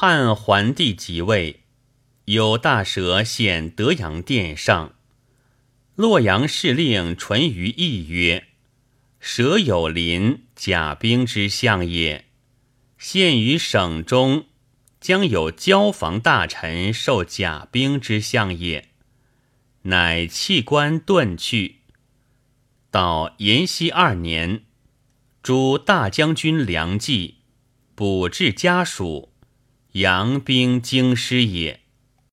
汉桓帝即位，有大蛇献德阳殿上，洛阳市令淳于意曰：蛇有临，甲兵之象也。现于省中，将有交房大臣受甲兵之象也。乃弃官遁去。到延熙2年，诸大将军梁冀补至家属，扬兵京师也。